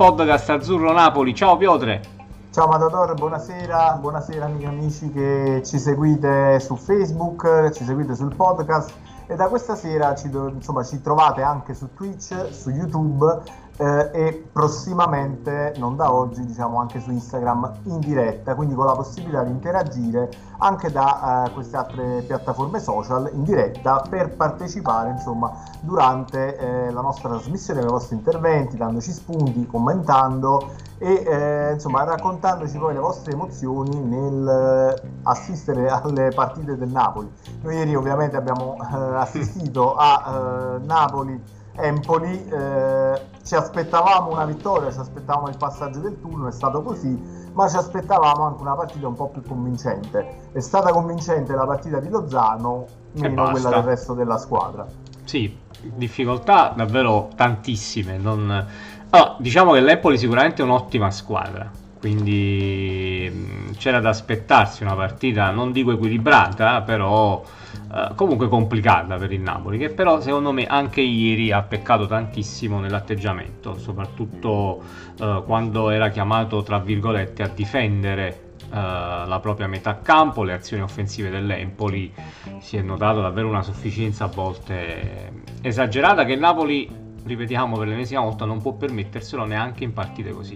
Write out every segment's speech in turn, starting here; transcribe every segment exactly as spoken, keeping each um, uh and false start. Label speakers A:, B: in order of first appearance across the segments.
A: podcast Azzurro Napoli. Ciao Piotre.
B: Ciao Matador, buonasera, buonasera amici e amici che ci seguite su Facebook, ci seguite sul podcast e da questa sera ci, insomma, ci trovate anche su Twitch, su YouTube eh, e prossimamente, non da oggi, diciamo anche su Instagram in diretta, quindi con la possibilità di interagire anche da eh, queste altre piattaforme social in diretta per partecipare insomma durante eh, la nostra trasmissione con i vostri interventi, dandoci spunti, commentando e eh, insomma raccontandoci poi le vostre emozioni nel eh, assistere alle partite del Napoli. Noi ieri ovviamente abbiamo eh, assistito a eh, Napoli-Empoli, eh, ci aspettavamo una vittoria, ci aspettavamo il passaggio del turno, è stato così, ma ci aspettavamo anche una partita un po' più convincente. È stata convincente la partita di Lozano, meno quella del resto della squadra.
A: Sì, difficoltà davvero tantissime, non... Allora, diciamo che l'Empoli sicuramente è un'ottima squadra, quindi mh, c'era da aspettarsi una partita, non dico equilibrata, però eh, comunque complicata per il Napoli, che però secondo me anche ieri ha peccato tantissimo nell'atteggiamento, soprattutto eh, quando era chiamato, tra virgolette, a difendere eh, la propria metà campo, le azioni offensive dell'Empoli. Si è notato davvero una sufficienza a volte esagerata che il Napoli, ripetiamo per l'ennesima volta, non può permetterselo neanche in partite così.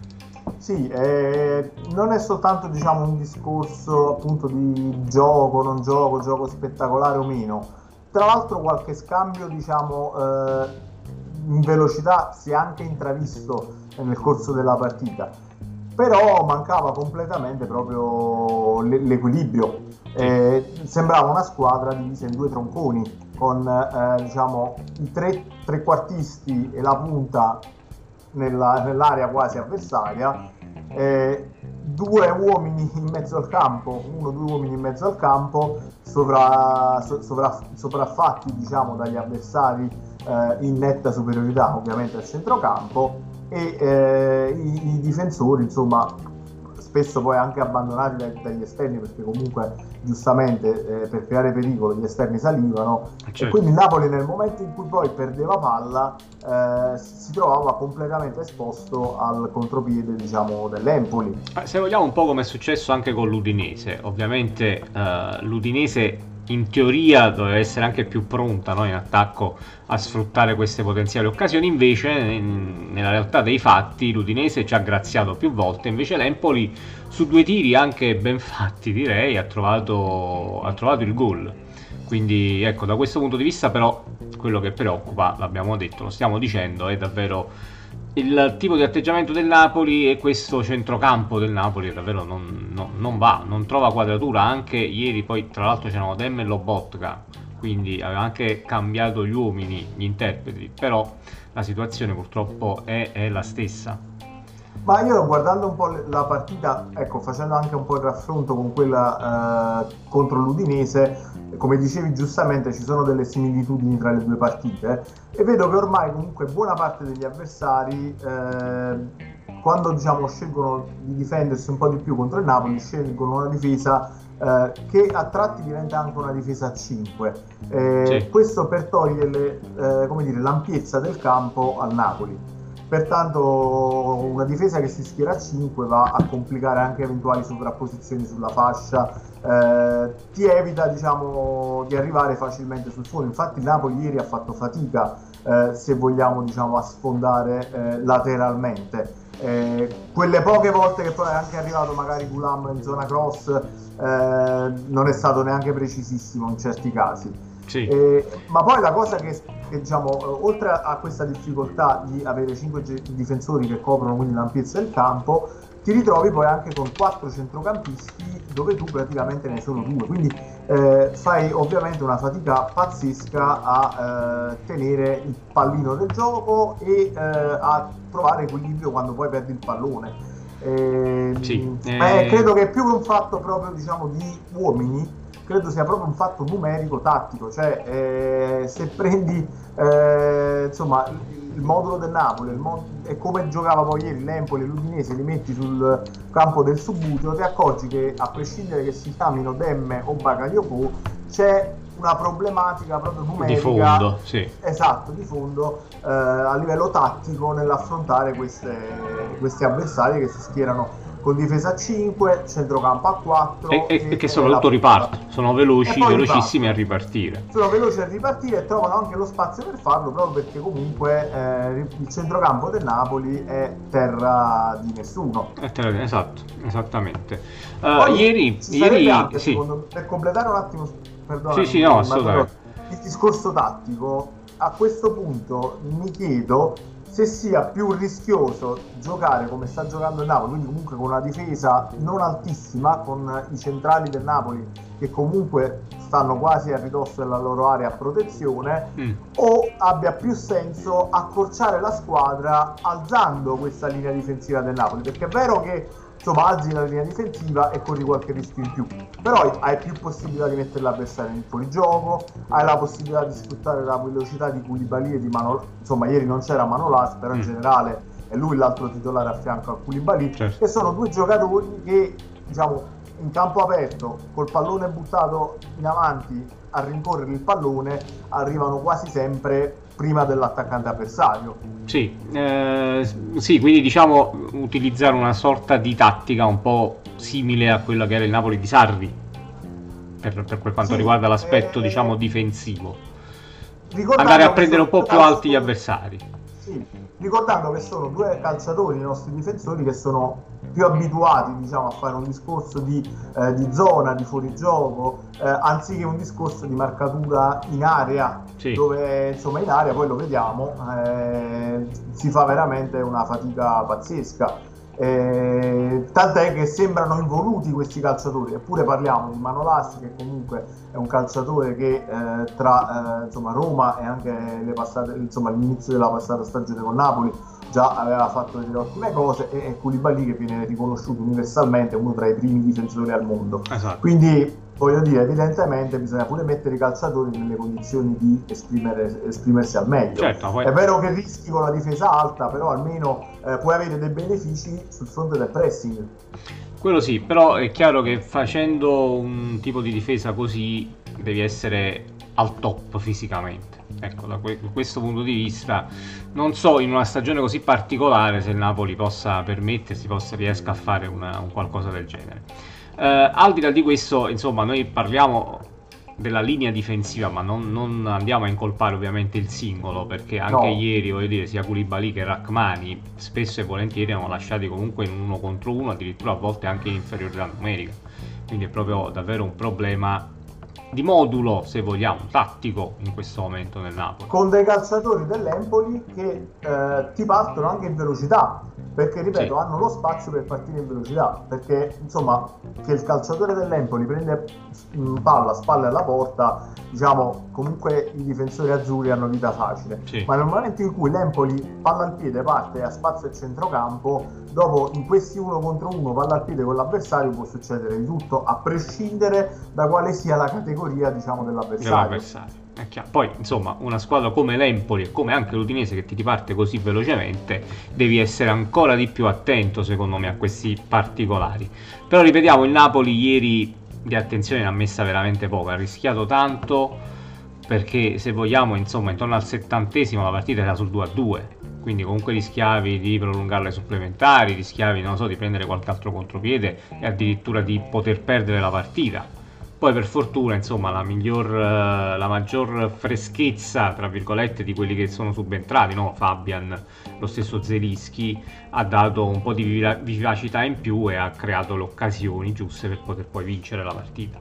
B: Sì, eh, non è soltanto diciamo un discorso appunto di gioco, non gioco, gioco spettacolare o meno. Tra l'altro qualche scambio diciamo eh, in velocità si è anche intravisto nel corso della partita, però mancava completamente proprio l'equilibrio. Eh, sembrava una squadra divisa in due tronconi, con eh, diciamo i tre trequartisti e la punta nella, nell'area quasi avversaria, eh, due uomini in mezzo al campo, uno o due uomini in mezzo al campo, sovra, sovra, sopraffatti diciamo dagli avversari eh, in netta superiorità ovviamente al centrocampo, e eh, i, i difensori insomma spesso poi anche abbandonati dai, dagli esterni, perché comunque giustamente eh, per creare pericolo gli esterni salivano, certo. E quindi il Napoli nel momento in cui poi perdeva palla eh, si trovava completamente esposto al contropiede diciamo dell'Empoli.
A: Se vogliamo un po' come è successo anche con l'Udinese, ovviamente eh, l'Udinese in teoria doveva essere anche più pronta, no, in attacco a sfruttare queste potenziali occasioni, invece in, nella realtà dei fatti l'Udinese ci ha graziato più volte, invece l'Empoli su due tiri anche ben fatti direi ha trovato, ha trovato il gol. Quindi ecco, da questo punto di vista però quello che preoccupa, l'abbiamo detto, lo stiamo dicendo, è davvero il tipo di atteggiamento del Napoli, e questo centrocampo del Napoli davvero non, non, non va, non trova quadratura. Anche ieri poi tra l'altro c'erano Dem e Lobotka, quindi aveva anche cambiato gli uomini, gli interpreti, però la situazione purtroppo è, è la stessa.
B: Ma io guardando un po' la partita, ecco, facendo anche un po' il raffronto con quella eh, contro l'Udinese, come dicevi giustamente ci sono delle similitudini tra le due partite, e vedo che ormai comunque buona parte degli avversari eh, quando diciamo scelgono di difendersi un po' di più contro il Napoli scelgono una difesa eh, che a tratti diventa anche una difesa a cinque, eh, sì. Questo per togliere eh, come dire, l'ampiezza del campo al Napoli. Pertanto una difesa che si schiera a cinque va a complicare anche eventuali sovrapposizioni sulla fascia, eh, ti evita diciamo di arrivare facilmente sul fondo. Infatti il Napoli ieri ha fatto fatica eh, se vogliamo diciamo a sfondare eh, lateralmente, eh, quelle poche volte che poi è anche arrivato magari Gulam in zona cross eh, non è stato neanche precisissimo in certi casi. Sì. Eh, ma poi la cosa che, che diciamo oltre a questa difficoltà di avere cinque difensori che coprono quindi l'ampiezza del campo, ti ritrovi poi anche con quattro centrocampisti dove tu praticamente ne hai solo due, quindi eh, fai ovviamente una fatica pazzesca a eh, tenere il pallino del gioco e eh, a trovare equilibrio quando poi perdi il pallone. Eh, sì. eh... credo che più che un fatto proprio diciamo di uomini, credo sia proprio un fatto numerico tattico, cioè eh, se prendi eh, insomma il modulo del Napoli il mod- e come giocava poi ieri l'Empoli e l'Udinese, li metti sul campo del Subbuteo, ti accorgi che a prescindere che si chiamino Demme o Bakayoko c'è una problematica proprio numerica
A: di fondo, sì.
B: Esatto, di fondo eh, a livello tattico nell'affrontare queste, questi avversari che si schierano con difesa a cinque, centrocampo a quattro
A: e, e, e che sono tutto riparto, sono veloci, velocissimi
B: riparto.
A: a ripartire.
B: Sono veloci a ripartire e trovano anche lo spazio per farlo, proprio perché comunque eh, il centrocampo del Napoli è terra di nessuno.
A: È terra, esatto, esattamente. Uh,
B: Poi
A: ieri,
B: ci
A: ieri
B: anche,
A: sì.
B: secondo, per completare un attimo, perdona,
A: sì, sì, no, assolutamente.
B: Il discorso tattico, a questo punto mi chiedo se sia più rischioso giocare come sta giocando il Napoli, quindi comunque con una difesa non altissima, con i centrali del Napoli che comunque stanno quasi a ridosso della loro area a protezione, mm. o abbia più senso accorciare la squadra alzando questa linea difensiva del Napoli, perché è vero che insomma alzi la linea difensiva e corri qualche rischio in più, però hai più possibilità di mettere l'avversario in fuorigioco, hai la possibilità di sfruttare la velocità di Koulibaly e di Manolas, insomma ieri non c'era Manolas, però in mm. generale è lui l'altro titolare a fianco a Koulibaly, certo. Che sono due giocatori che diciamo in campo aperto col pallone buttato in avanti a rincorrere il pallone arrivano quasi sempre prima dell'attaccante avversario.
A: Sì, eh, sì, quindi diciamo utilizzare una sorta di tattica un po' simile a quella che era il Napoli di Sarri per, per quel quanto sì, riguarda l'aspetto eh, diciamo difensivo, andare a prendere un po' più alti gli avversari.
B: Sì, ricordando che sono due calciatori, i nostri difensori, che sono più abituati diciamo a fare un discorso di, eh, di zona, di fuorigioco, eh, anziché un discorso di marcatura in area, sì. Dove insomma in area poi lo vediamo, eh, si fa veramente una fatica pazzesca. Eh, tant'è che sembrano involuti questi calciatori, eppure parliamo di Manolas, che comunque è un calciatore che eh, tra eh, insomma Roma e anche le passate, insomma l'inizio della passata stagione con Napoli già aveva fatto delle ottime cose, e, e Koulibaly che viene riconosciuto universalmente uno tra i primi difensori al mondo. Esatto. Quindi voglio dire, evidentemente bisogna pure mettere i calciatori nelle condizioni di esprimere, esprimersi al meglio. Certo, poi... È vero che rischi con la difesa alta, però almeno eh, puoi avere dei benefici sul fronte del pressing.
A: Quello sì, però è chiaro che facendo un tipo di difesa così devi essere al top fisicamente. Ecco, da que- questo punto di vista non so in una stagione così particolare se il Napoli possa permettersi, possa riesca a fare una, un qualcosa del genere. Uh, al di là di questo, insomma, noi parliamo della linea difensiva, ma non, non andiamo a incolpare ovviamente il singolo, perché anche no. ieri, voglio dire, sia Koulibaly che Rrahmani spesso e volentieri hanno lasciati comunque in uno contro uno, addirittura a volte anche in inferiorità numerica, quindi è proprio davvero un problema di modulo, se vogliamo, tattico in questo momento nel Napoli,
B: con dei calciatori dell'Empoli che eh, ti partono anche in velocità, perché ripeto, sì. hanno lo spazio per partire in velocità, perché insomma che il calciatore dell'Empoli prende mh, palla, spalle alla porta, diciamo comunque i difensori azzurri hanno vita facile, sì. ma nel momento in cui l'Empoli palla al piede parte a spazio e centrocampo, dopo in questi uno contro uno palla al piede con l'avversario può succedere di tutto, a prescindere da quale sia la categoria diciamo dell'avversario,
A: dell'avversario. È chiaro. Poi insomma una squadra come l'Empoli e come anche l'Udinese che ti riparte così velocemente devi essere ancora di più attento secondo me a questi particolari. Però ripetiamo, il Napoli ieri di attenzione ne ha messa veramente poco, ha rischiato tanto, perché se vogliamo insomma intorno al settantesimo la partita era sul due a due, quindi comunque rischiavi di prolungarle supplementari, rischiavi non so di prendere qualche altro contropiede e addirittura di poter perdere la partita. Poi per fortuna insomma la miglior la maggior freschezza tra virgolette di quelli che sono subentrati, no? Fabian, lo stesso Zelinski, ha dato un po' di viva- vivacità in più e ha creato le occasioni giuste per poter poi vincere la partita.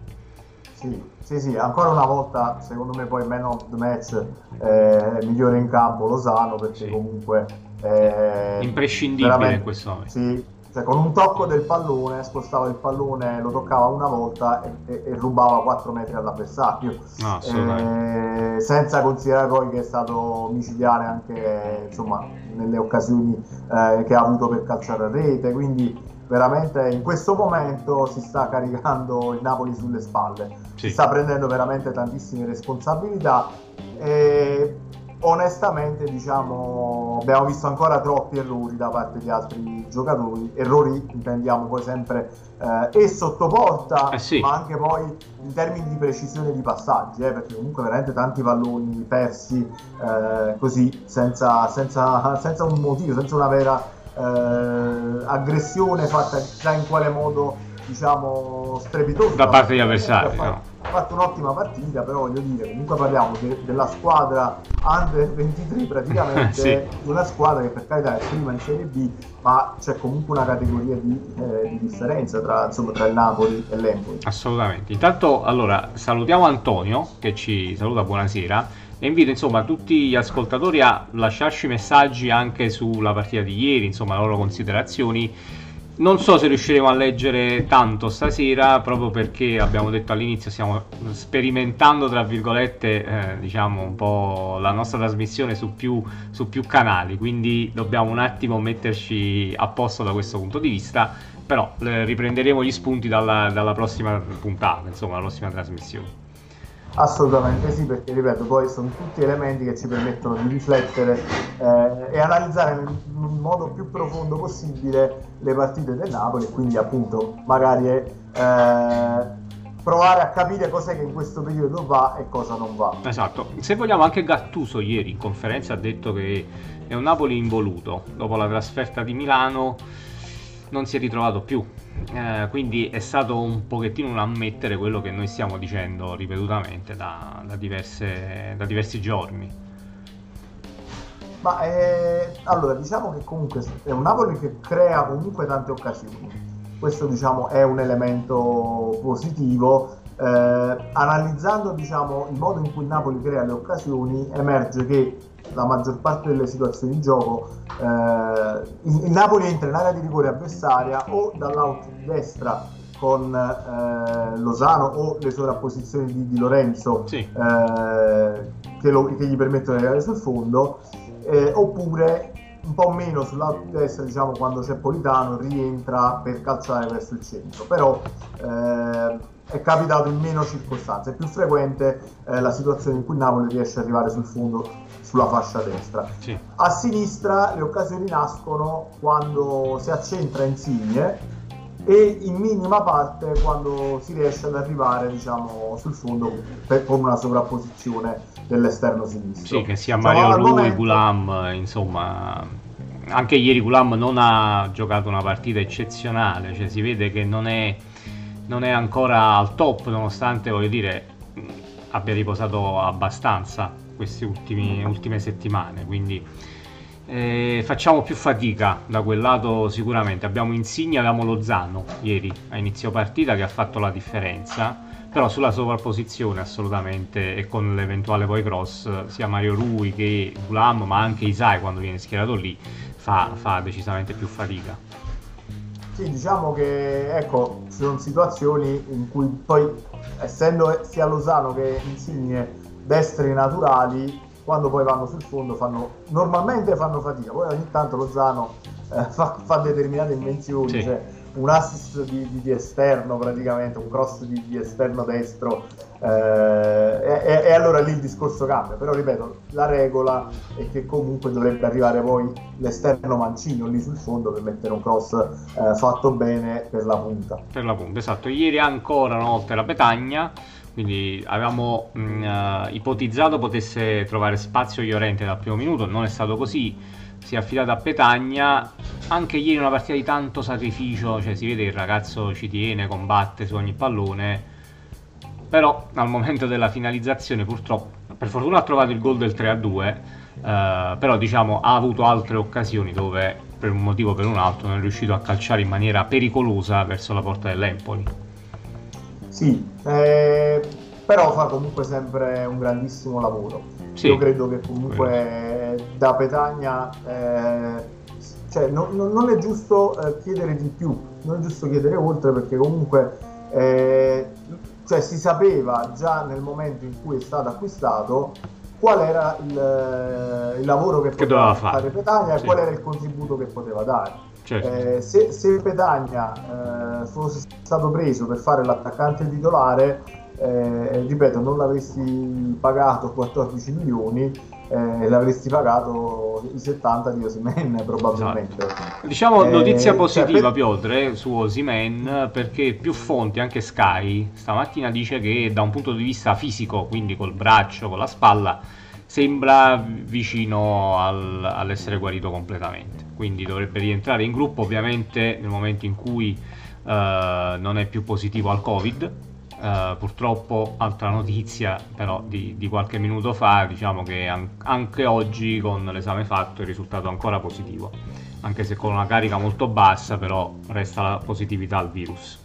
B: Sì, sì, sì, ancora una volta secondo me poi man of the match eh, migliore in campo Lozano, perché sì. comunque è
A: imprescindibile in questo momento.
B: Sì. Cioè, con un tocco del pallone spostava il pallone, lo toccava una volta e, e, e rubava quattro metri all'avversario, no, eh, senza considerare poi che è stato micidiale anche insomma nelle occasioni eh, che ha avuto per calciare a rete, quindi veramente in questo momento si sta caricando il Napoli sulle spalle, sì. si sta prendendo veramente tantissime responsabilità e onestamente diciamo abbiamo visto ancora troppi errori da parte di altri giocatori, errori intendiamo poi sempre eh, e sotto porta,
A: eh sì.
B: ma anche poi in termini di precisione di passaggi, eh, perché comunque veramente tanti palloni persi eh, così, senza, senza, senza un motivo, senza una vera eh, aggressione fatta già in quale modo, diciamo, strepitosa
A: da parte degli avversari,
B: ha
A: no?
B: fatto un'ottima partita, però voglio dire, comunque parliamo de- della squadra under ventitré praticamente,
A: sì.
B: di una squadra che per carità è prima in Serie B, ma c'è comunque una categoria di, eh, di differenza tra, insomma, tra il Napoli e l'Empoli.
A: Assolutamente. Intanto, allora, salutiamo Antonio che ci saluta, buonasera, e invito insomma tutti gli ascoltatori a lasciarci messaggi anche sulla partita di ieri, insomma le loro considerazioni. Non so se riusciremo a leggere tanto stasera, proprio perché abbiamo detto all'inizio stiamo sperimentando, tra virgolette, eh, diciamo un po' la nostra trasmissione su più, su più canali, quindi dobbiamo un attimo metterci a posto da questo punto di vista, però eh, riprenderemo gli spunti dalla, dalla prossima puntata, insomma la prossima trasmissione.
B: Assolutamente sì, perché ripeto, poi sono tutti elementi che ci permettono di riflettere eh, e analizzare nel modo più profondo possibile le partite del Napoli, e quindi appunto magari eh, provare a capire cos'è che in questo periodo va e cosa non va.
A: Esatto, se vogliamo anche Gattuso ieri in conferenza ha detto che è un Napoli involuto, dopo la trasferta di Milano non si è ritrovato più. Eh, quindi è stato un pochettino un ammettere quello che noi stiamo dicendo ripetutamente da, da, diverse, da diversi giorni.
B: Ma eh, allora diciamo che comunque è un Napoli che crea comunque tante occasioni, questo diciamo è un elemento positivo. Eh, analizzando diciamo il modo in cui il Napoli crea le occasioni, emerge che la maggior parte delle situazioni di gioco eh, il, il Napoli entra in area di rigore avversaria o dall'out di destra con eh, Lozano o le sovrapposizioni di, di Lorenzo,
A: sì.
B: eh, che, lo, che gli permettono di arrivare sul fondo, eh, oppure un po' meno sull'out di destra, diciamo quando c'è Politano rientra per calciare verso il centro, però eh, è capitato in meno circostanze, è più frequente eh, la situazione in cui Napoli riesce ad arrivare sul fondo sulla fascia destra.
A: Sì.
B: A sinistra le occasioni nascono quando si accentra Insigne e in minima parte quando si riesce ad arrivare diciamo sul fondo per, con una sovrapposizione dell'esterno sinistro.
A: Sì, che sia Mario
B: Rui,
A: momento... Gulam, insomma, anche ieri Gulam non ha giocato una partita eccezionale, cioè si vede che non è non è ancora al top, nonostante, voglio dire, abbia riposato abbastanza queste ultimi, ultime settimane, quindi eh, facciamo più fatica da quel lato sicuramente. Abbiamo Insigne, avevamo Lozano ieri a inizio partita che ha fatto la differenza, però sulla sovrapposizione assolutamente, e con l'eventuale poi cross sia Mario Rui che Gulam, ma anche Isai quando viene schierato lì fa, fa decisamente più fatica.
B: Sì, diciamo che ecco, ci sono situazioni in cui poi, essendo sia Lozano che Insigne destri naturali, quando poi vanno sul fondo fanno normalmente fanno fatica, poi ogni tanto Lozano eh, fa, fa determinate invenzioni, sì. Cioè un assist di, di, di esterno praticamente, un cross di, di esterno destro eh, e, e allora lì il discorso cambia, però ripeto, la regola è che comunque dovrebbe arrivare poi l'esterno mancino lì sul fondo per mettere un cross eh, fatto bene per la punta.
A: Per la punta, esatto. Ieri ancora una volta la Petagna, quindi avevamo mh, ipotizzato potesse trovare spazio Llorente dal primo minuto, non è stato così. Si è affidato a Petagna, anche ieri una partita di tanto sacrificio, cioè si vede che il ragazzo ci tiene, combatte su ogni pallone, però al momento della finalizzazione purtroppo, per fortuna ha trovato il gol del tre a due, eh, però diciamo ha avuto altre occasioni dove per un motivo o per un altro non è riuscito a calciare in maniera pericolosa verso la porta dell'Empoli.
B: Sì, eh, però fa comunque sempre un grandissimo lavoro. Sì, io credo che comunque quello. Da Petagna eh, cioè, non, non è giusto eh, chiedere di più, non è giusto chiedere oltre, perché comunque eh, cioè, si sapeva già nel momento in cui è stato acquistato qual era il, il lavoro che, che poteva fare, fare Petagna, sì. E qual era il contributo che poteva dare. Certo. Eh, se, se Petagna eh, fosse stato preso per fare l'attaccante titolare, Eh, ripeto, non l'avessi pagato quattordici milioni, eh, l'avresti pagato i settanta di Osimhen probabilmente.
A: Esatto. Diciamo
B: Eh,
A: notizia
B: cioè,
A: positiva,
B: per-
A: Piotr, eh, su Osimhen, perché più fonti, anche Sky, stamattina dice che da un punto di vista fisico, quindi col braccio, con la spalla, sembra vicino al- all'essere guarito completamente. Quindi dovrebbe rientrare in gruppo, ovviamente nel momento in cui eh, non è più positivo al Covid. Eh, purtroppo, altra notizia però di, di qualche minuto fa, diciamo che an- anche oggi con l'esame fatto è risultato ancora positivo, anche se con una carica molto bassa, però resta la positività al virus.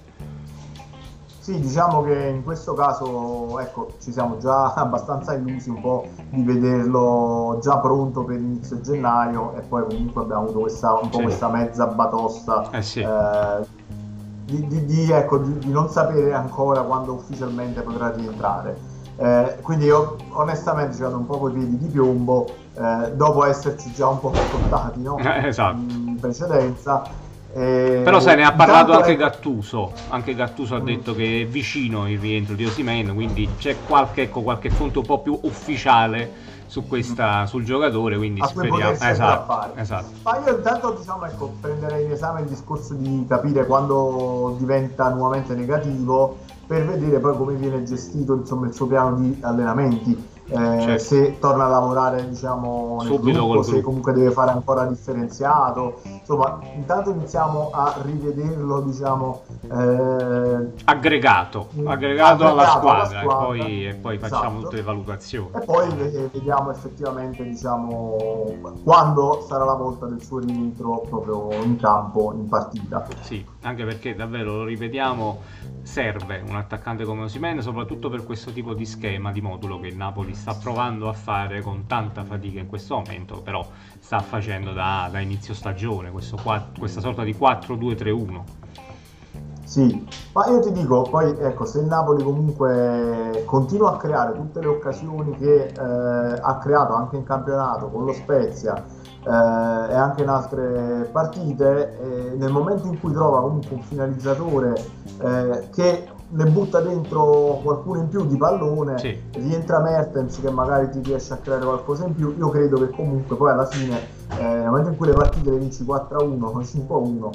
B: Sì, diciamo che in questo caso, ecco, ci siamo già abbastanza illusi un po' di vederlo già pronto per inizio gennaio e poi comunque abbiamo avuto questa, un po'
A: Sì,
B: questa mezza batosta
A: eh sì.
B: eh, di, di- di, ecco, di- di non sapere ancora quando ufficialmente potrà rientrare. Eh, quindi io onestamente ci vado un po' coi piedi di piombo, eh, dopo esserci già un po' raccontati, no?
A: Eh, esatto.
B: In precedenza.
A: Però sai, ne
B: Eh,
A: ha parlato
B: intanto
A: anche
B: ecco.
A: Gattuso. Anche Gattuso ha
B: Mm.
A: detto che è vicino il rientro di Osimhen, quindi c'è qualche, ecco, qualche fonte un po' più ufficiale su questa, sul giocatore, quindi
B: A cui
A: speriamo.
B: potersi
A: Esatto,
B: aggrappare.
A: esatto.
B: Ma io intanto diciamo, ecco, prenderei in esame il discorso di capire quando diventa nuovamente negativo per vedere poi come viene gestito insomma, il suo piano di allenamenti. Eh,
A: Certo.
B: se torna a lavorare diciamo, nel
A: Subito
B: gruppo,
A: col
B: se
A: gruppo.
B: comunque deve fare ancora differenziato. Insomma, intanto iniziamo a rivederlo diciamo, eh,
A: Aggregato,
B: mh,
A: aggregato alla
B: aggregato alla
A: squadra, e
B: squadra.
A: poi, e poi facciamo tutte
B: Esatto.
A: le valutazioni.
B: E poi ve- vediamo effettivamente, diciamo, quando sarà la volta del suo rientro proprio in campo, in partita.
A: Sì, anche perché davvero, lo ripetiamo, serve un attaccante come Osimhen, soprattutto per questo tipo di schema, di modulo che il Napoli sta provando a fare con tanta fatica in questo momento, però sta facendo da, da inizio stagione, questo qua- questa sorta di quattro due tre uno.
B: Sì, ma io ti dico, poi ecco, se il Napoli comunque continua a creare tutte le occasioni che eh, ha creato anche in campionato con lo Spezia eh, e anche in altre partite, eh, nel momento in cui trova comunque un finalizzatore eh, che ne butta dentro qualcuno in più di pallone,
A: Sì,
B: rientra Mertens che magari ti riesce a creare qualcosa in più, io credo che comunque poi alla fine, eh, nel momento in cui le partite le vinci quattro a uno, cinque a uno,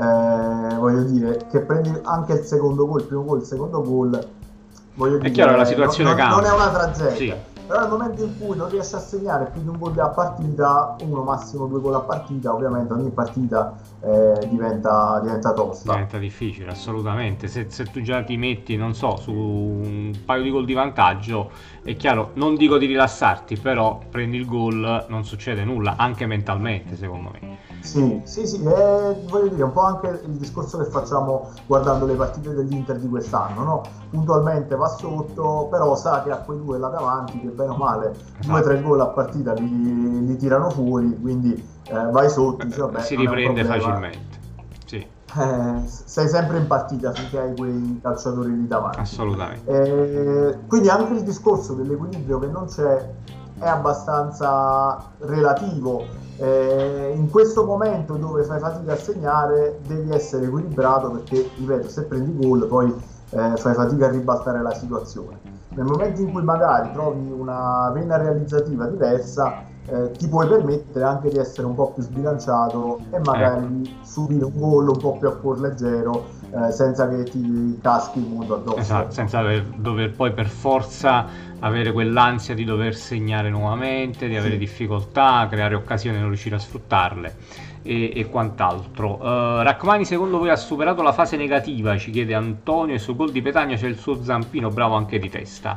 B: eh, voglio dire che prendi anche il secondo gol, il primo gol, il secondo gol, voglio
A: è chiaro che la
B: dire, no-
A: situazione
B: non, non è
A: cambia.
B: una
A: Sì,
B: tragedia. Però nel momento in cui non riesci a segnare più di un gol a partita, uno massimo due gol a partita, ovviamente ogni partita eh, diventa, diventa tosta.
A: diventa difficile, assolutamente. Se, se tu già ti metti, non so, su un paio di gol di vantaggio, è chiaro, non dico di rilassarti, però prendi il gol, non succede nulla, anche mentalmente, secondo me.
B: Sì, sì, sì, e voglio dire, un po' anche il discorso che facciamo guardando le partite dell'Inter di quest'anno, no? Puntualmente va sotto, però sa che ha quei due là davanti che bene o male due o
A: Esatto.
B: tre gol a partita li, li tirano fuori, quindi eh, vai sotto, dici, vabbè,
A: Si
B: non è un
A: riprende
B: problema.
A: facilmente. Sì,
B: Eh, sei sempre in partita finché hai quei calciatori lì davanti.
A: assolutamente.
B: Eh, quindi anche il discorso dell'equilibrio che non c'è è abbastanza relativo. Eh, in questo momento dove fai fatica a segnare devi essere equilibrato perché, ripeto, se prendi gol poi eh, fai fatica a ribaltare la situazione. Nel momento in cui magari trovi una vena realizzativa diversa, eh, ti puoi permettere anche di essere un po' più sbilanciato e magari
A: Ecco.
B: di subire un gol un po' più a cuor leggero eh, senza che ti caschi il mondo addosso.
A: Esatto, senza aver- dover poi per forza avere quell'ansia di dover segnare nuovamente, di avere
B: Sì.
A: difficoltà, creare occasioni e non riuscire a sfruttarle e, e quant'altro. Uh, Rachmani secondo voi ha superato la fase negativa? Ci chiede Antonio, e sul gol di Petagna c'è il suo zampino bravo anche di testa.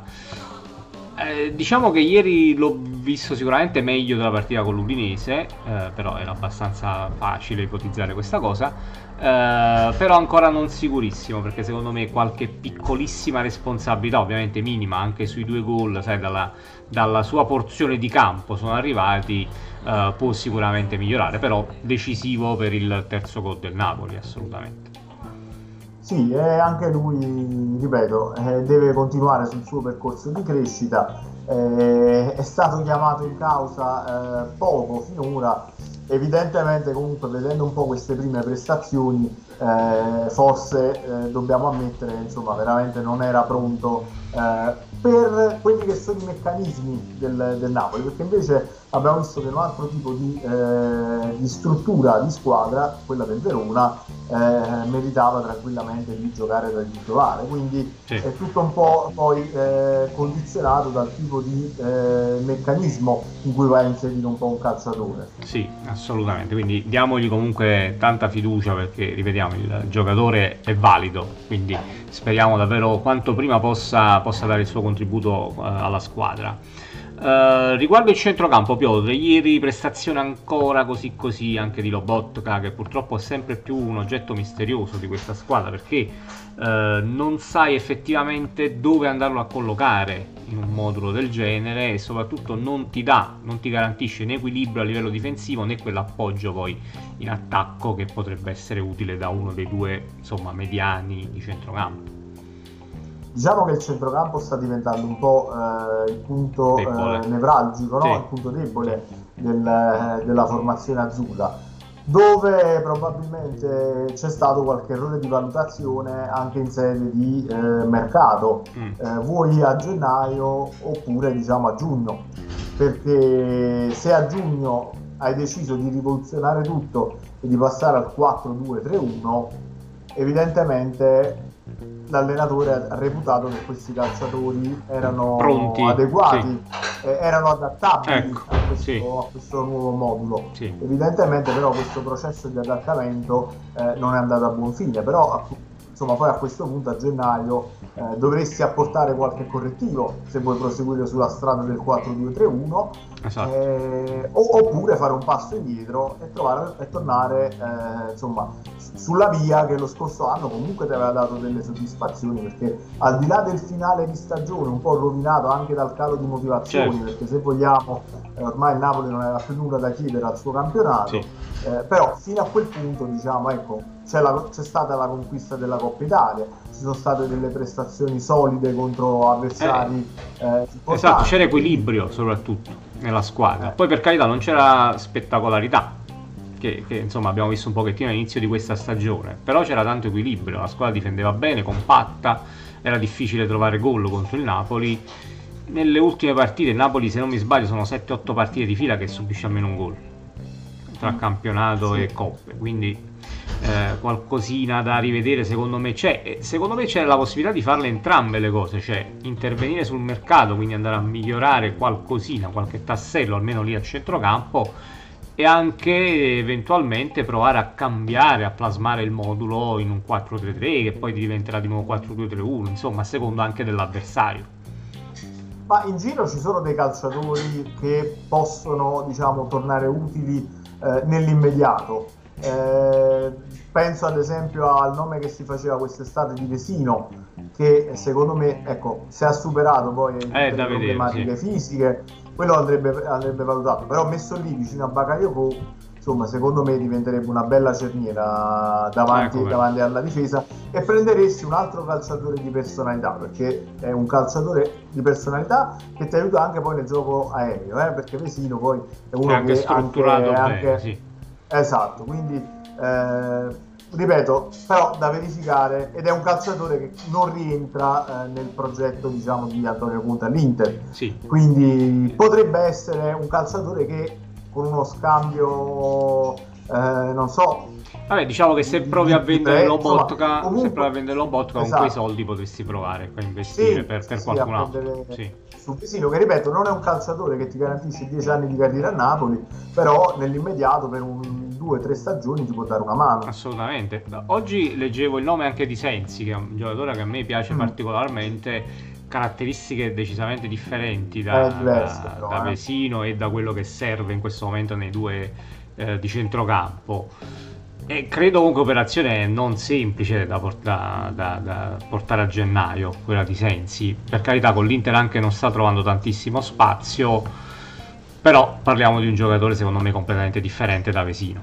A: Eh, diciamo che ieri l'ho visto sicuramente meglio della partita con l'Udinese, eh, però era abbastanza facile ipotizzare questa cosa, eh, però ancora non sicurissimo, perché secondo me qualche piccolissima responsabilità, ovviamente minima, anche sui due gol, sai, dalla, dalla sua porzione di campo sono arrivati, eh, può sicuramente migliorare, però decisivo per il terzo gol del Napoli, assolutamente.
B: Sì, e anche lui, ripeto, eh, deve continuare sul suo percorso di crescita. Eh, è stato chiamato in causa eh, poco finora. Evidentemente, comunque, vedendo un po' queste prime prestazioni, eh, forse eh, dobbiamo ammettere, insomma, veramente non era pronto eh, per quelli che sono i meccanismi del, del Napoli, perché invece abbiamo visto che un altro tipo di, eh, di struttura di squadra, quella del Verona, eh, meritava tranquillamente di giocare da titolare, quindi sì. È tutto un po' poi eh, condizionato dal tipo di eh, meccanismo in cui va a inserire un po' un calciatore.
A: Sì, assolutamente, quindi diamogli comunque tanta fiducia, perché ripetiamo, il giocatore è valido, quindi speriamo davvero quanto prima possa, possa dare il suo contributo uh, alla squadra. Uh, riguardo il centrocampo, Piotr, ieri prestazione ancora così così anche di Lobotka, che purtroppo è sempre più un oggetto misterioso di questa squadra, perché uh, non sai effettivamente dove andarlo a collocare in un modulo del genere, e soprattutto non ti dà, non ti garantisce né equilibrio a livello difensivo né quell'appoggio poi in attacco che potrebbe essere utile da uno dei due, insomma, mediani di centrocampo.
B: Diciamo che il centrocampo sta diventando un po' eh, il punto eh, nevralgico, no? Sì. Il punto debole del, eh, della formazione azzurra, dove probabilmente c'è stato qualche errore di valutazione anche in sede di eh, mercato, mm. eh, vuoi a gennaio oppure diciamo a giugno, perché se a giugno hai deciso di rivoluzionare tutto e di passare al quattro due tre uno, evidentemente l'allenatore ha reputato che questi calciatori erano
A: pronti,
B: adeguati, sì. eh, erano adattabili,
A: ecco,
B: a, questo,
A: sì.
B: a questo nuovo modulo.
A: Sì.
B: Evidentemente però questo processo di adattamento eh, non è andato a buon fine, però insomma poi a questo punto a gennaio eh, dovresti apportare qualche correttivo se vuoi proseguire sulla strada del quattro due tre uno, esatto. eh, o, oppure fare un passo indietro e, trovare, e tornare eh, insomma sulla via che lo scorso anno comunque ti aveva dato delle soddisfazioni, perché al di là del finale di stagione un po' rovinato anche dal calo di motivazioni, certo. perché se vogliamo eh, ormai il Napoli non aveva più nulla da chiedere al suo campionato, sì. eh, però fino a quel punto diciamo ecco c'è, la, c'è stata la conquista della Coppa Italia, ci sono state delle prestazioni solide contro avversari eh, eh,
A: esatto, c'era equilibrio soprattutto nella squadra, eh. poi per carità non c'era spettacolarità che, che insomma abbiamo visto un pochettino all'inizio di questa stagione, però c'era tanto equilibrio, la squadra difendeva bene, compatta, era difficile trovare gol contro il Napoli. Nelle ultime partite il Napoli, se non mi sbaglio, sono sette otto partite di fila che subisce almeno un gol tra campionato sì. e coppe, quindi eh, qualcosina da rivedere secondo me c'è, e secondo me c'è la possibilità di farle entrambe le cose, cioè intervenire sul mercato, quindi andare a migliorare qualcosina, qualche tassello almeno lì a centrocampo, e anche eventualmente provare a cambiare, a plasmare il modulo in un quattro tre tre che poi diventerà di nuovo quattro due tre uno, insomma a seconda anche dell'avversario.
B: Ma in giro ci sono dei calciatori che possono diciamo tornare utili eh, nell'immediato, eh, penso ad esempio al nome che si faceva quest'estate di Vesino, che secondo me ecco se ha superato poi
A: eh,
B: le problematiche sì. fisiche, quello andrebbe, andrebbe valutato, però messo lì vicino a Bakayoko, insomma secondo me diventerebbe una bella cerniera davanti, ecco davanti alla difesa, e prenderesti un altro calciatore di personalità, perché è un calciatore di personalità che ti aiuta anche poi nel gioco aereo, eh? perché Vesino poi è uno è
A: anche
B: che
A: strutturato
B: anche,
A: bene,
B: anche...
A: sì.
B: esatto, quindi eh, ripeto, però da verificare, ed è un calciatore che non rientra eh, nel progetto diciamo di Antonio Conte all'Inter,
A: sì.
B: quindi potrebbe essere un calciatore che con uno scambio eh, non so,
A: vabbè diciamo che se provi a vendere Lobotka,
B: comunque,
A: se provi a vendere Lobotka esatto. con quei soldi potresti provare a investire sì, per, per sì, qualcun altro sì.
B: Su Vesino, che ripeto non è un calciatore che ti garantisce dieci anni di carriera a Napoli, però nell'immediato per un due tre stagioni ti può dare una mano.
A: Assolutamente. Oggi leggevo il nome anche di Sensi, che è un giocatore che a me piace mm. particolarmente, caratteristiche decisamente differenti da, diverso, da, però, da eh. Vesino e da quello che serve in questo momento nei due eh, di centrocampo. E credo comunque operazione non semplice da, porta, da, da portare a gennaio, quella di Sensi. Per carità con l'Inter anche non sta trovando tantissimo spazio, però parliamo di un giocatore secondo me completamente differente da Vesino.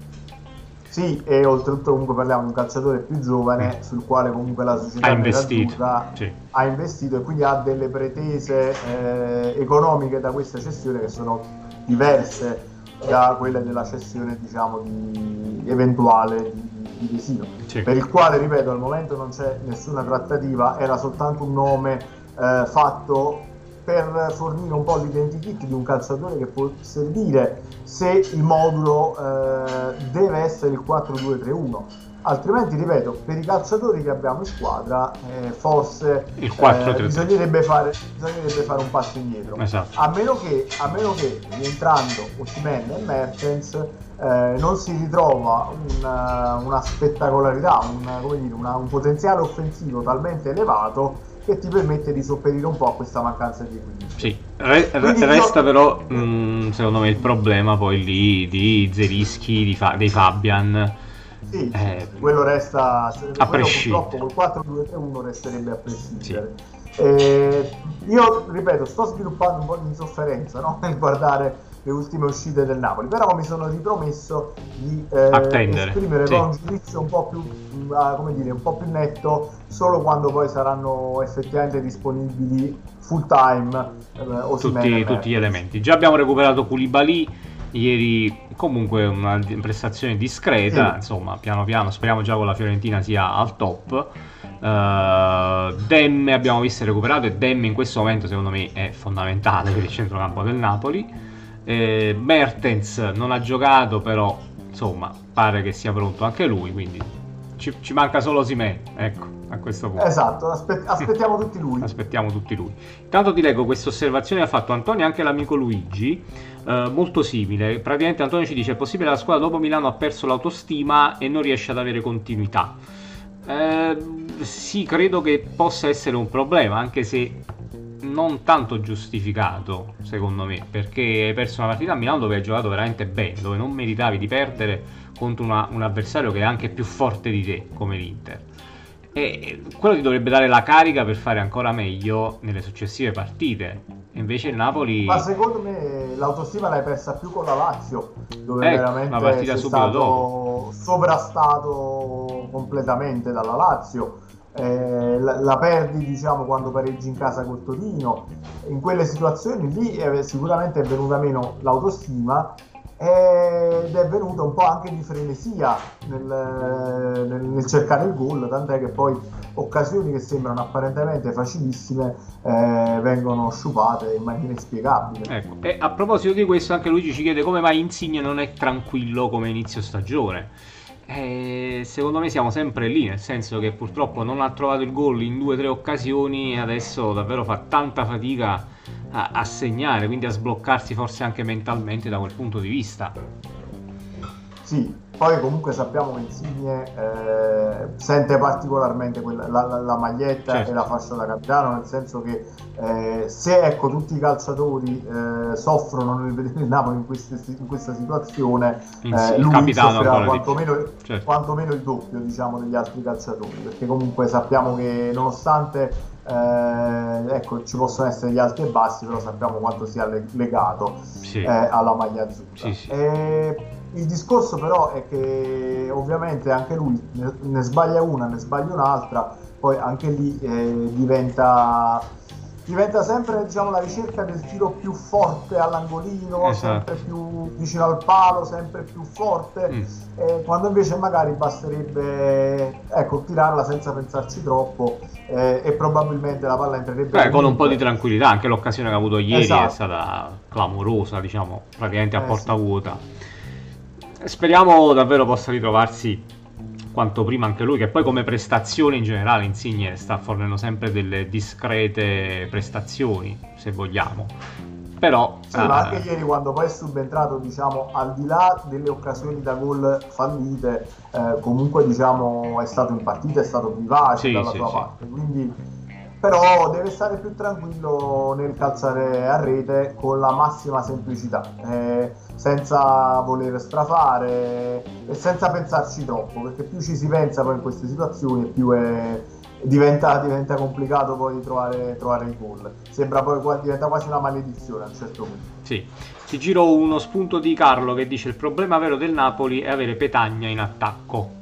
B: Sì, e oltretutto comunque parliamo di un calciatore più giovane mm. sul quale comunque la società
A: ha investito,
B: sì. ha investito e quindi ha delle pretese eh, economiche da questa cessione che sono diverse da quelle della cessione diciamo di eventuale di, di Vesino,
A: sì.
B: per il quale, ripeto, al momento non c'è nessuna trattativa, era soltanto un nome eh, fatto per fornire un po' l'identikit di un calciatore che può servire se il modulo eh, deve essere il quattro due tre uno. Altrimenti, ripeto, per i calciatori che abbiamo in squadra eh, forse
A: il quattro tre tre.
B: Eh, bisognerebbe, fare, bisognerebbe fare un passo indietro,
A: esatto.
B: a meno che, a meno che rientrando Osimhen e Mertens eh, non si ritrova una, una spettacolarità, una, come dire, una, un potenziale offensivo talmente elevato che ti permette di sopperire un po' a questa mancanza di equilibrio.
A: Sì, Re, re, resta io... però mh, secondo me il problema poi lì di Zelischi, di Fa- dei Fabian.
B: Sì, eh, quello resta
A: a
B: quello
A: prescindere.
B: Purtroppo col quattro due tre uno resterebbe a prescindere.
A: Sì.
B: Eh, io ripeto, sto sviluppando un po' di insofferenza, no? Nel guardare le ultime uscite del Napoli, però mi sono ripromesso di eh, esprimere
A: sì.
B: un giudizio un po' più uh, come dire, un po' più netto solo quando poi saranno effettivamente disponibili full time eh,
A: tutti, tutti gli elementi. Già abbiamo recuperato Koulibaly ieri, comunque una prestazione discreta, sì. Insomma, piano piano, speriamo già con la Fiorentina sia al top. Uh, Demme abbiamo visto recuperato, e Demme in questo momento secondo me è fondamentale per il centrocampo del Napoli. eh, Mertens non ha giocato, però insomma pare che sia pronto anche lui, quindi ci, ci manca solo Osimhen, ecco, a questo punto.
B: Esatto, aspe- aspettiamo tutti lui.
A: Aspettiamo tutti lui. Intanto ti leggo questa osservazione che ha fatto Antonio, anche l'amico Luigi, eh, molto simile. Praticamente Antonio ci dice: è possibile che la squadra dopo Milano ha perso l'autostima e non riesce ad avere continuità. Eh, sì, credo che possa essere un problema, anche se non tanto giustificato, secondo me, perché hai perso una partita a Milano dove hai giocato veramente bene, dove non meritavi di perdere contro una, un avversario che è anche più forte di te, come l'Inter. E quello ti dovrebbe dare la carica per fare ancora meglio nelle successive partite. E invece il Napoli...
B: Ma secondo me l'autostima l'hai persa più con la Lazio, dove
A: ecco,
B: veramente
A: una partita
B: sei
A: subito
B: stato
A: dopo.
B: sovrastato completamente dalla Lazio. Eh, la, la perdi, diciamo, quando pareggi in casa col Torino. In quelle situazioni lì eh, sicuramente è venuta meno l'autostima, ed è venuta un po' anche di frenesia nel, nel, nel cercare il gol, tant'è che poi occasioni che sembrano apparentemente facilissime eh, vengono sciupate in maniera inspiegabile.
A: Ecco. E a proposito di questo, anche Luigi ci chiede come mai Insigne non è tranquillo come inizio stagione. Eh, secondo me siamo sempre lì, nel senso che purtroppo non ha trovato il gol in due o tre occasioni e adesso davvero fa tanta fatica a, a segnare, quindi a sbloccarsi forse anche mentalmente da quel punto di vista.
B: Sì, poi comunque sappiamo che Insigne eh, sente particolarmente quella, la, la, la maglietta, certo, e la fascia da capitano, nel senso che eh, se ecco tutti i calciatori eh, soffrono nel vedere il Napoli in, queste, in questa situazione, eh, lui
A: capitano
B: soffrirà quantomeno,
A: certo,
B: quantomeno il doppio, diciamo, degli altri calciatori, perché comunque sappiamo che nonostante eh, ecco, ci possono essere gli alti e bassi, però sappiamo quanto sia legato, sì, eh, alla maglia azzurra. Sì, sì. E, il discorso però è che ovviamente anche lui ne, ne sbaglia una, ne sbaglia un'altra, poi anche lì eh, diventa, diventa sempre, diciamo, la ricerca del tiro più forte all'angolino, esatto, sempre più vicino al palo, sempre più forte, mm. eh, quando invece magari basterebbe, ecco, tirarla senza pensarci troppo eh, e probabilmente la palla entrerebbe.
A: Beh, con un po' di tranquillità. Anche l'occasione che ha avuto ieri, esatto, è stata clamorosa, diciamo, praticamente a eh, porta sì. vuota. Speriamo davvero possa ritrovarsi quanto prima anche lui, che poi come prestazione in generale Insigne sta fornendo sempre delle discrete prestazioni, se vogliamo. Però
B: sì, eh, ma anche ieri, quando poi è subentrato, diciamo, al di là delle occasioni da gol fallite, eh, comunque, diciamo, è stato in partita, è stato vivace, sì, dalla sì, sua sì. parte, quindi però deve stare più tranquillo nel calciare a rete con la massima semplicità, eh, senza voler strafare e senza pensarci troppo, perché più ci si pensa poi in queste situazioni, più è, diventa, diventa complicato poi trovare, trovare il gol. Sembra poi, diventa quasi una maledizione a un certo punto.
A: Sì. Ti giro uno spunto di Carlo che dice: il problema vero del Napoli è avere Petagna in attacco.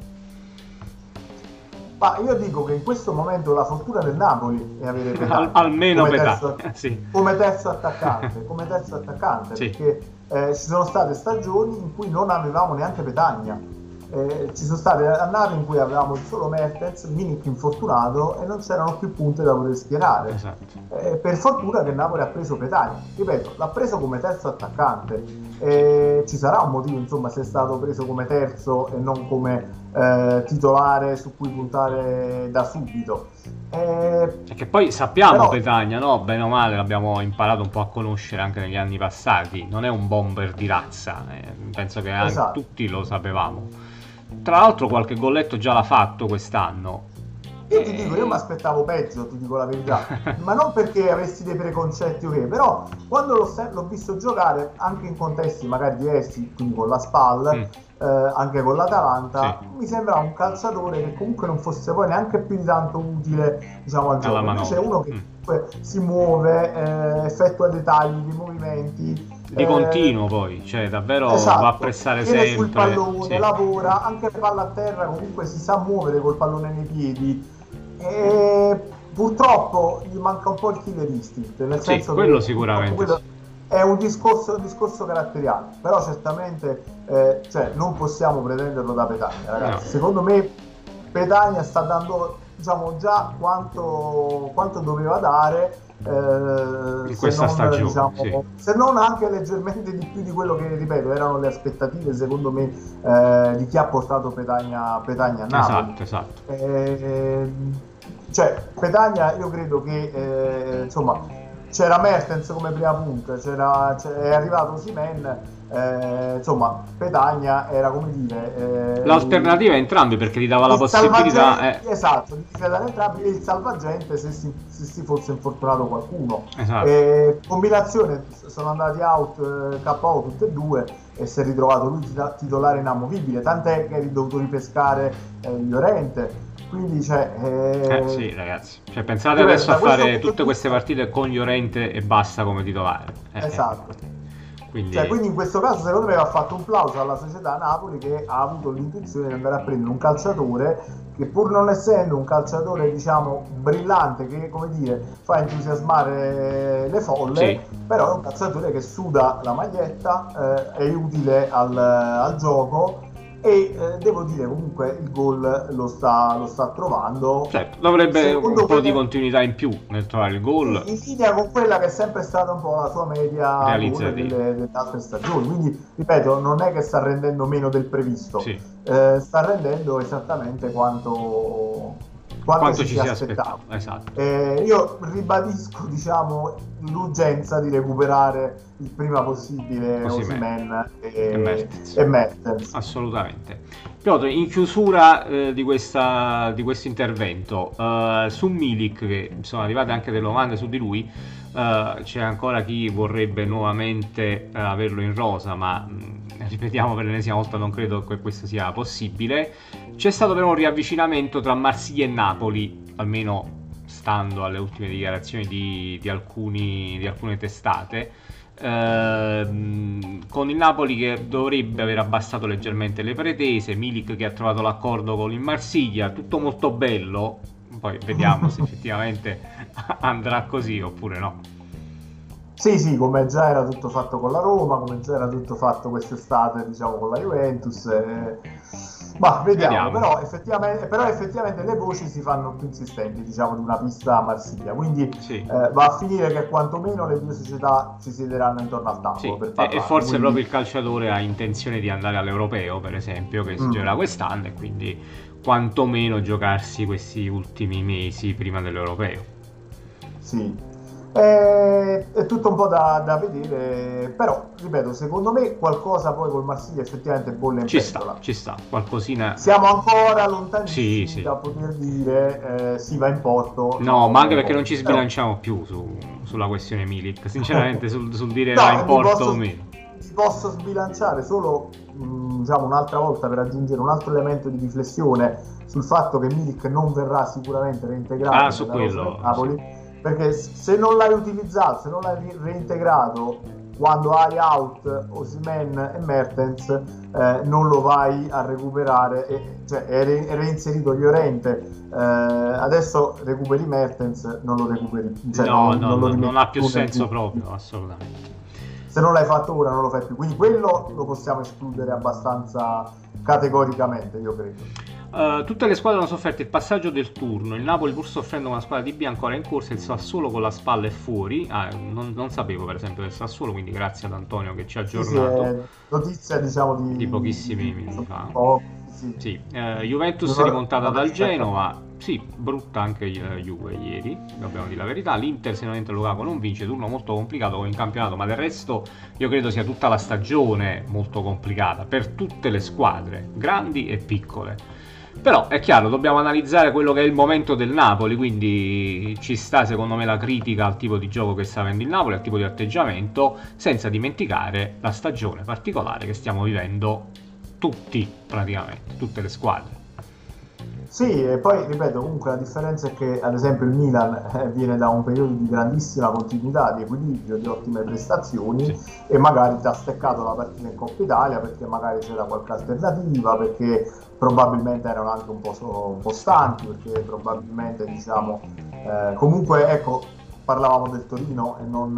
B: Ma io dico che in questo momento la fortuna del Napoli è avere Petagna,
A: Al, almeno
B: come
A: Petagna,
B: terzo,
A: sì,
B: come terzo attaccante, come terzo attaccante,
A: sì,
B: perché eh, ci sono state stagioni in cui non avevamo neanche Petagna, Eh, ci sono state annate in cui avevamo il solo Mertens, Milik infortunato e non c'erano più punte da poter schierare.
A: Esatto.
B: Eh, per fortuna che Napoli ha preso Petagna, ripeto, l'ha preso come terzo attaccante. Eh, ci sarà un motivo, insomma, se è stato preso come terzo e non come eh, titolare su cui puntare da subito. Eh,
A: e che poi sappiamo
B: però...
A: Petagna, no? Bene o male l'abbiamo imparato un po' a conoscere anche negli anni passati, non è un bomber di razza, eh, penso che anche
B: esatto.
A: tutti lo sapevamo. Tra l'altro qualche golletto già l'ha fatto quest'anno.
B: Io ti dico, io mi aspettavo peggio, ti dico la verità, ma non perché avessi dei preconcetti o che, però quando l'ho, l'ho visto giocare anche in contesti magari diversi, quindi con la Spal, mm. eh, anche con l'Atalanta, sì. mi sembrava un calciatore che comunque non fosse poi neanche più di tanto utile, diciamo, al gioco. Invece è uno che comunque mm. si muove, eh, effettua dei tagli, dei movimenti.
A: Di eh, continuo poi, cioè davvero
B: esatto,
A: va a pressare
B: viene
A: sempre.
B: sul pallone,
A: sì.
B: lavora, anche palla a terra, comunque si sa muovere col pallone nei piedi. E purtroppo gli manca un po' il killer instinct, nel
A: sì,
B: senso
A: quello
B: che
A: sicuramente
B: quello
A: sì.
B: è un discorso, un discorso caratteriale, però certamente eh, cioè, non possiamo pretenderlo da Petagna, ragazzi. No. Secondo me Petagna sta dando, diciamo, già quanto, quanto doveva dare eh,
A: in questa
B: non,
A: stagione,
B: diciamo,
A: sì.
B: se non anche leggermente di più di quello che, ripeto, erano le aspettative secondo me eh, di chi ha portato Petagna, Petagna a Napoli.
A: Esatto, esatto.
B: Eh, cioè Petagna, io credo che eh, insomma c'era Mertens come prima punta, c'era, c'era, è arrivato Osimhen, eh, insomma Petagna era, come dire, eh,
A: l'alternativa a entrambi, perché gli dava la possibilità eh.
B: esatto di difendere entrambi e il salvagente se si, se si fosse infortunato qualcuno.
A: Esatto.
B: Eh, combinazione, sono andati out eh, K O tutti e due e si è ritrovato lui titolare inamovibile, tant'è che è dovuto ripescare eh, Llorente. Quindi cioè, eh...
A: eh sì ragazzi, cioè, pensate Io adesso a fare tutte di... queste partite con Llorente e basta come titolare.
B: Eh, esatto.
A: Eh. Quindi...
B: Cioè, quindi in questo caso secondo me va fatto un plauso alla società Napoli, che ha avuto l'intuizione di andare a prendere un calciatore che, pur non essendo un calciatore, diciamo, brillante, che, come dire, fa entusiasmare le folle, sì. però è un calciatore che suda la maglietta, eh, è utile al, al gioco. E eh, devo dire comunque il gol lo sta, lo sta trovando.
A: Certo, dovrebbe un po' di continuità in più nel trovare il gol.
B: In linea con quella che è sempre stata un po' la sua media delle, delle altre stagioni. Quindi, ripeto, non è che sta rendendo meno del previsto, sì. eh, sta rendendo esattamente quanto, quanto,
A: quanto
B: ci,
A: ci si aspettava. Esatto.
B: Eh, io ribadisco, diciamo, l'urgenza di recuperare il prima possibile Osimhen e, e Mertens.
A: Assolutamente. Piotr, in chiusura eh, di, questa, di questo intervento, eh, su Milik, che sono arrivate anche delle domande su di lui, eh, c'è ancora chi vorrebbe nuovamente eh, averlo in rosa, ma mh, ripetiamo per l'ennesima volta, non credo che questo sia possibile. C'è stato però un riavvicinamento tra Marsiglia e Napoli, almeno stando alle ultime dichiarazioni di, di, alcuni, di alcune testate, ehm, con il Napoli che dovrebbe aver abbassato leggermente le pretese, Milik che ha trovato l'accordo con il Marsiglia, tutto molto bello, poi vediamo se effettivamente andrà così oppure no.
B: Sì, sì, come già era tutto fatto con la Roma, come già era tutto fatto quest'estate, diciamo, con la Juventus. Eh... Ma vediamo, vediamo. Però, effettivamente, però effettivamente le voci si fanno più insistenti, diciamo, di una pista a Marsiglia. Quindi sì. eh, va a finire che quantomeno le due società si siederanno intorno al tavolo.
A: Sì.
B: Per
A: e, e forse quindi... proprio il calciatore ha intenzione di andare all'Europeo, per esempio, che si mm. giocherà quest'anno, e quindi quantomeno giocarsi questi ultimi mesi prima dell'Europeo.
B: Sì. È, è tutto un po' da, da vedere, però ripeto, secondo me qualcosa poi col Marsiglia effettivamente bolle in
A: ci
B: pentola.
A: sta, ci sta, qualcosina.
B: Siamo ancora lontanissimi
A: sì, sì.
B: da poter dire eh, si va in porto.
A: No, no ma anche perché non ci sbilanciamo però... più su, sulla questione Milik, sinceramente sul, sul dire
B: no,
A: va in porto
B: posso,
A: o meno.
B: Ti posso sbilanciare solo mh, diciamo un'altra volta per aggiungere un altro elemento di riflessione sul fatto che Milik non verrà sicuramente reintegrato
A: ah, su quello,
B: Napoli.
A: Sì.
B: Perché se non l'hai utilizzato, se non l'hai reintegrato quando hai out Osimhen e Mertens, eh, non lo vai a recuperare, e, cioè è, re, è reinserito Llorente, eh, adesso recuperi Mertens, non lo recuperi, cioè
A: no,
B: non,
A: no,
B: non, lo
A: non ha più senso
B: più.
A: proprio, assolutamente.
B: se non l'hai fatto ora non lo fai più, quindi quello lo possiamo escludere abbastanza categoricamente, io credo.
A: Uh, tutte le squadre hanno sofferto il passaggio del turno. Il Napoli, pur soffrendo una squadra di B ancora in corsa, il Sassuolo con la spalla è fuori. Ah, non, non sapevo per esempio del Sassuolo, quindi grazie ad Antonio che ci ha aggiornato.
B: Sì, sì, notizia diciamo di,
A: di pochissimi minuti fa.
B: Oh, sì.
A: Sì. Uh, Juventus non, rimontata dal Genova. Sì, brutta anche la Juve ieri, dobbiamo dire la verità. L'Inter se non entra Lukaku non vince, turno molto complicato come in campionato, ma del resto io credo sia tutta la stagione molto complicata per tutte le squadre, grandi e piccole. Però è chiaro, dobbiamo analizzare quello che è il momento del Napoli, quindi ci sta secondo me la critica al tipo di gioco che sta avendo il Napoli, al tipo di atteggiamento, senza dimenticare la stagione particolare che stiamo vivendo tutti praticamente, tutte le squadre.
B: Sì, e poi ripeto, comunque la differenza è che ad esempio il Milan eh, viene da un periodo di grandissima continuità, di equilibrio, di ottime prestazioni, sì, e magari ti ha steccato la partita in Coppa Italia perché magari c'era qualche alternativa, perché probabilmente erano anche un po', so, un po' stanchi, perché probabilmente diciamo eh, comunque ecco, parlavamo del Torino e non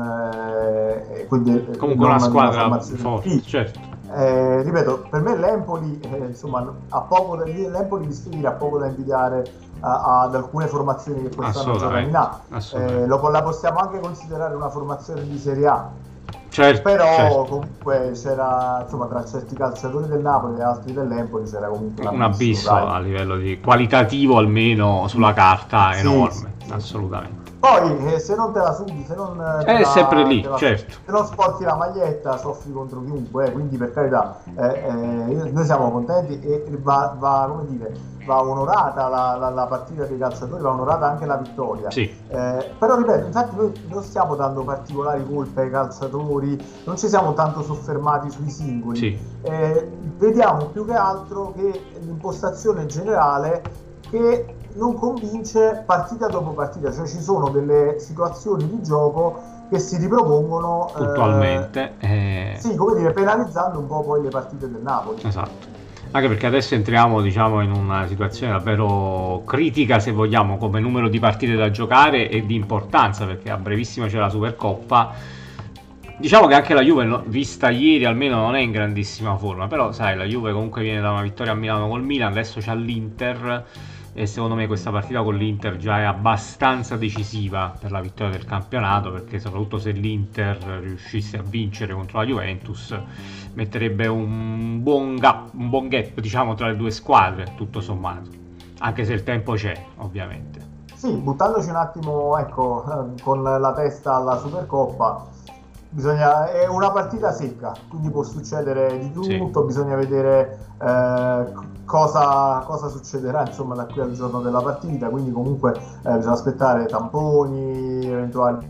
B: eh, quindi
A: comunque
B: non
A: una squadra forte, certo.
B: Eh, ripeto, per me l'Empoli eh, insomma ha poco da, l'Empoli di ha poco da invidiare a, ad alcune formazioni che quest'anno giocano in A. Eh, lo, la possiamo anche considerare una formazione di Serie A. Certo, però certo, comunque c'era, insomma, tra certi calciatori del Napoli e altri dell'Empoli c'era comunque
A: un abisso, un abisso a livello di qualitativo, almeno sulla carta, sì, enorme, sì, assolutamente.
B: Poi eh, se non te la sudi, se non
A: è
B: la,
A: sempre lì,
B: la,
A: certo,
B: se non sporti la maglietta soffri contro chiunque, eh, quindi per carità eh, eh, noi siamo contenti e va, va, come dire, va onorata la, la, la partita dei calciatori, va onorata anche la vittoria,
A: sì,
B: eh, però ripeto, infatti noi non stiamo dando particolari colpe ai calciatori, non ci siamo tanto soffermati sui singoli,
A: sì,
B: eh, vediamo più che altro che l'impostazione generale che non convince partita dopo partita, cioè ci sono delle situazioni di gioco che si ripropongono
A: puntualmente,
B: eh, eh... sì, come dire, penalizzando un po' poi le partite del Napoli.
A: Esatto, anche perché adesso entriamo diciamo in una situazione davvero critica, se vogliamo, come numero di partite da giocare e di importanza, perché a brevissimo c'è la Supercoppa. Diciamo che anche la Juve, vista ieri, almeno non è in grandissima forma, però sai, la Juve comunque viene da una vittoria a Milano col Milan, adesso c'ha l'Inter e secondo me questa partita con l'Inter già è abbastanza decisiva per la vittoria del campionato, perché soprattutto se l'Inter riuscisse a vincere contro la Juventus metterebbe un buon gap, un buon gap diciamo tra le due squadre, tutto sommato, anche se il tempo c'è ovviamente.
B: Sì, buttandoci un attimo ecco con la testa alla Supercoppa, bisogna, è una partita secca, quindi può succedere di tutto, sì, bisogna vedere eh, cosa, cosa succederà insomma da qui al giorno della partita, quindi comunque eh, bisogna aspettare tamponi, eventuali.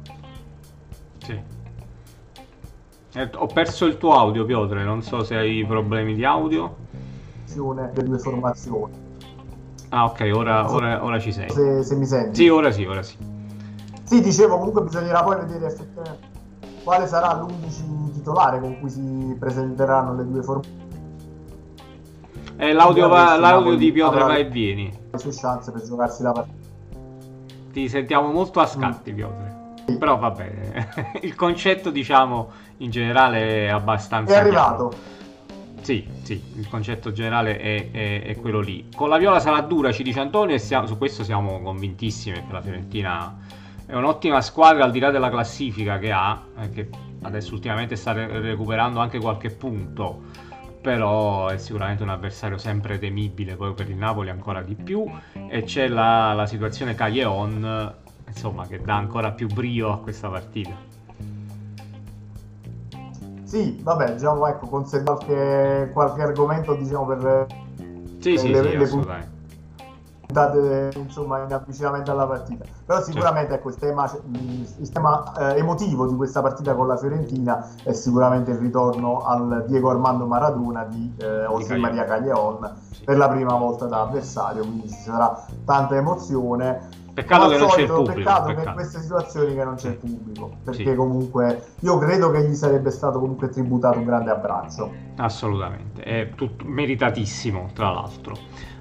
A: Sì. Eh, ho perso il tuo audio, Piotre, non so se hai problemi di audio.
B: Le due formazioni.
A: Ah ok, ora, ora, ora ci sei.
B: Se, se mi senti.
A: Sì, ora sì, ora sì.
B: Sì, dicevo, comunque bisognerà poi vedere effettivamente quale sarà l'undici titolare con cui si presenteranno le due formazioni.
A: Eh, l'audio, va, l'audio di Piotre va e vieni.
B: Le sue chance per giocarsi la partita.
A: Ti sentiamo molto a scatti, mm. Piotre. Sì. Però va bene. Il concetto, diciamo, in generale è abbastanza...
B: È arrivato.
A: Chiaro. Sì, sì, il concetto generale è, è, è quello lì. Con la Viola sarà dura, ci dice Antonio, e siamo, su questo siamo convintissimi, perché la Fiorentina è un'ottima squadra al di là della classifica che ha, che adesso ultimamente sta recuperando anche qualche punto, però è sicuramente un avversario sempre temibile, poi per il Napoli ancora di più, e c'è la, la situazione Callejon, insomma, che dà ancora più brio a questa partita.
B: Sì, vabbè, diciamo, ecco, conserva qualche, qualche argomento, diciamo, per
A: sì,
B: per
A: sì,
B: le,
A: sì,
B: le
A: assolutamente.
B: puntate, insomma, in avvicinamento alla partita. Però sicuramente, ecco, il tema, il tema eh, emotivo di questa partita con la Fiorentina è sicuramente il ritorno al Diego Armando Maradona di eh, José María Callejon, sì, per la prima volta da avversario, quindi ci sarà tanta emozione.
A: Peccato che non
B: solito,
A: c'è il pubblico.
B: Peccato,
A: peccato
B: che in queste situazioni che non c'è il
A: sì,
B: pubblico, perché
A: sì,
B: comunque io credo che gli sarebbe stato comunque tributato un grande abbraccio.
A: Assolutamente, è tutto meritatissimo, tra l'altro.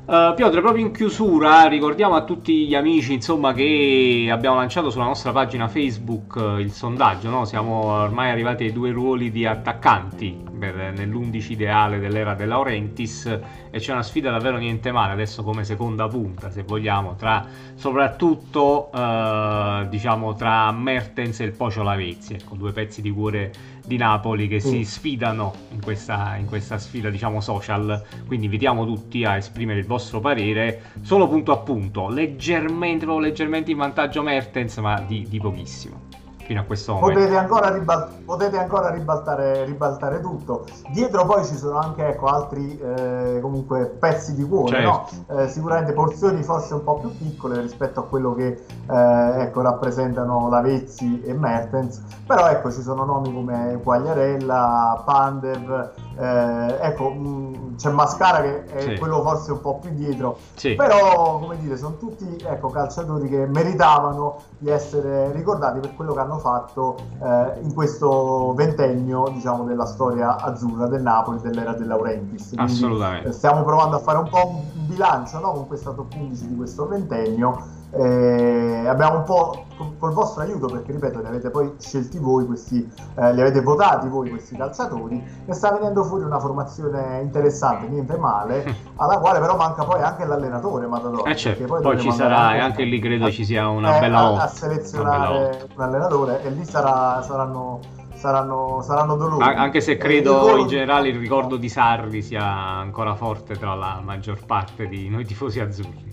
A: Uh, Piotr, proprio in chiusura ricordiamo a tutti gli amici insomma che abbiamo lanciato sulla nostra pagina Facebook uh, il sondaggio, no? Siamo ormai arrivati ai due ruoli di attaccanti per, nell'undici ideale dell'era De Laurentiis, e c'è una sfida davvero niente male adesso come seconda punta, se vogliamo, tra soprattutto uh, diciamo tra Mertens e il Pocio Lavezzi, ecco, due pezzi di cuore di Napoli che si sfidano in questa, in questa sfida diciamo social, quindi invitiamo tutti a esprimere il vostro parere, solo punto a punto, leggermente, leggermente in vantaggio Mertens, ma di, di pochissimo fino a questo momento.
B: Potete ancora, ribal- potete ancora ribaltare, ribaltare tutto. Dietro poi ci sono anche ecco, altri eh, comunque pezzi di cuore,
A: certo.
B: no? eh, sicuramente porzioni forse un po' più piccole rispetto a quello che eh, ecco, rappresentano Lavezzi e Mertens, però ecco ci sono nomi come Quagliarella, Pandev, eh, ecco mh, c'è Mascara che è
A: sì.
B: quello forse un po' più dietro,
A: sì.
B: però come dire sono tutti ecco, calciatori che meritavano di essere ricordati per quello che hanno fatto eh, in questo ventennio diciamo della storia azzurra del Napoli, dell'era De Laurentiis. Quindi,
A: assolutamente.
B: eh, stiamo provando a fare un po' un bilancio, no? Con questa top undici di questo ventennio. Eh, abbiamo un po' col, col vostro aiuto, perché ripeto li avete poi scelti voi questi, eh, li avete votati voi questi calciatori, ne sta venendo fuori una formazione interessante, niente male, alla quale però manca poi anche l'allenatore Matador,
A: eh certo.
B: poi,
A: poi ci sarà, e anche lì credo
B: a,
A: ci sia una
B: eh,
A: bella
B: a,
A: lotta
B: a selezionare un allenatore, e lì sarà, saranno Saranno, saranno dolori.
A: Anche se credo in generale il ricordo di Sarri sia ancora forte tra la maggior parte di noi tifosi azzurri.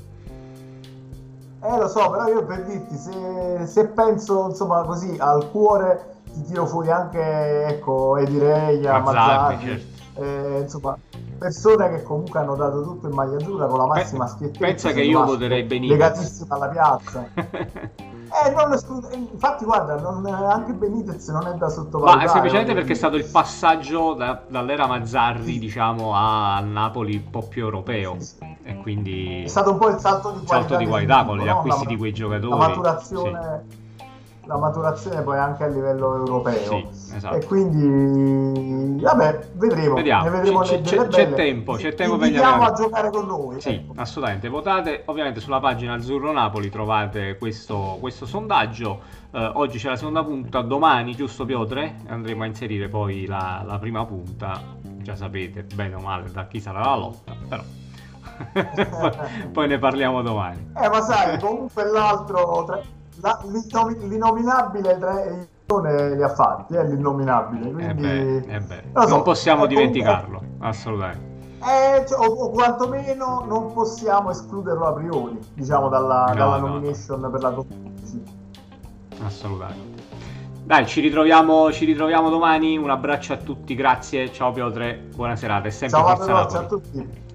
B: Eh lo so, però io per dirti, se, se penso insomma così al cuore, ti tiro fuori anche ecco Edireia,
A: Mazzarri,
B: Mazzarri,
A: certo.
B: eh, insomma persone che comunque hanno dato tutto in maglia azzurra con la massima schiettezza.
A: Pensa che io voterei Benitez.
B: Legatissima alla piazza. Eh, non esclude... Infatti, guarda, non... anche Benitez non è da sottovalutare.
A: Ma semplicemente perché è stato il passaggio da, dall'era Mazzarri, diciamo, a Napoli un po' più europeo.
B: Sì, sì.
A: E quindi
B: è stato un po' il salto di qualità,
A: salto di qualità con gli
B: no?
A: acquisti
B: la,
A: di quei giocatori.
B: La maturazione, sì. La maturazione poi anche a livello europeo.
A: Sì, esatto.
B: E quindi, vabbè, vedremo.
A: Vediamo.
B: Ne vedremo
A: c'è, c'è, c'è tempo, c'è tempo per
B: andiamo a giocare con noi.
A: Sì,
B: ecco.
A: Assolutamente. Votate, ovviamente sulla pagina Azzurro Napoli trovate questo, questo sondaggio. Uh, oggi c'è la seconda punta, domani, giusto Piotre? Andremo a inserire poi la, la prima punta. Già sapete bene o male da chi sarà la lotta, però poi, poi ne parliamo domani.
B: Eh, ma sai, comunque l'altro, tra, la, l'inominabile tra li ha fatti, è eh, l'innominabile. Quindi,
A: eh beh, eh beh.
B: Non, so,
A: non possiamo dimenticarlo,
B: comunque,
A: assolutamente.
B: Eh, cioè, o, o quantomeno non possiamo escluderlo a priori, diciamo, dalla,
A: no,
B: dalla
A: no,
B: nomination no. per la top undici.
A: Assolutamente. Dai, ci ritroviamo, ci ritroviamo domani. Un abbraccio a tutti, grazie. Ciao Piotre, buona serata. È sempre
B: Ciao
A: Forza Napoli.
B: a tutti.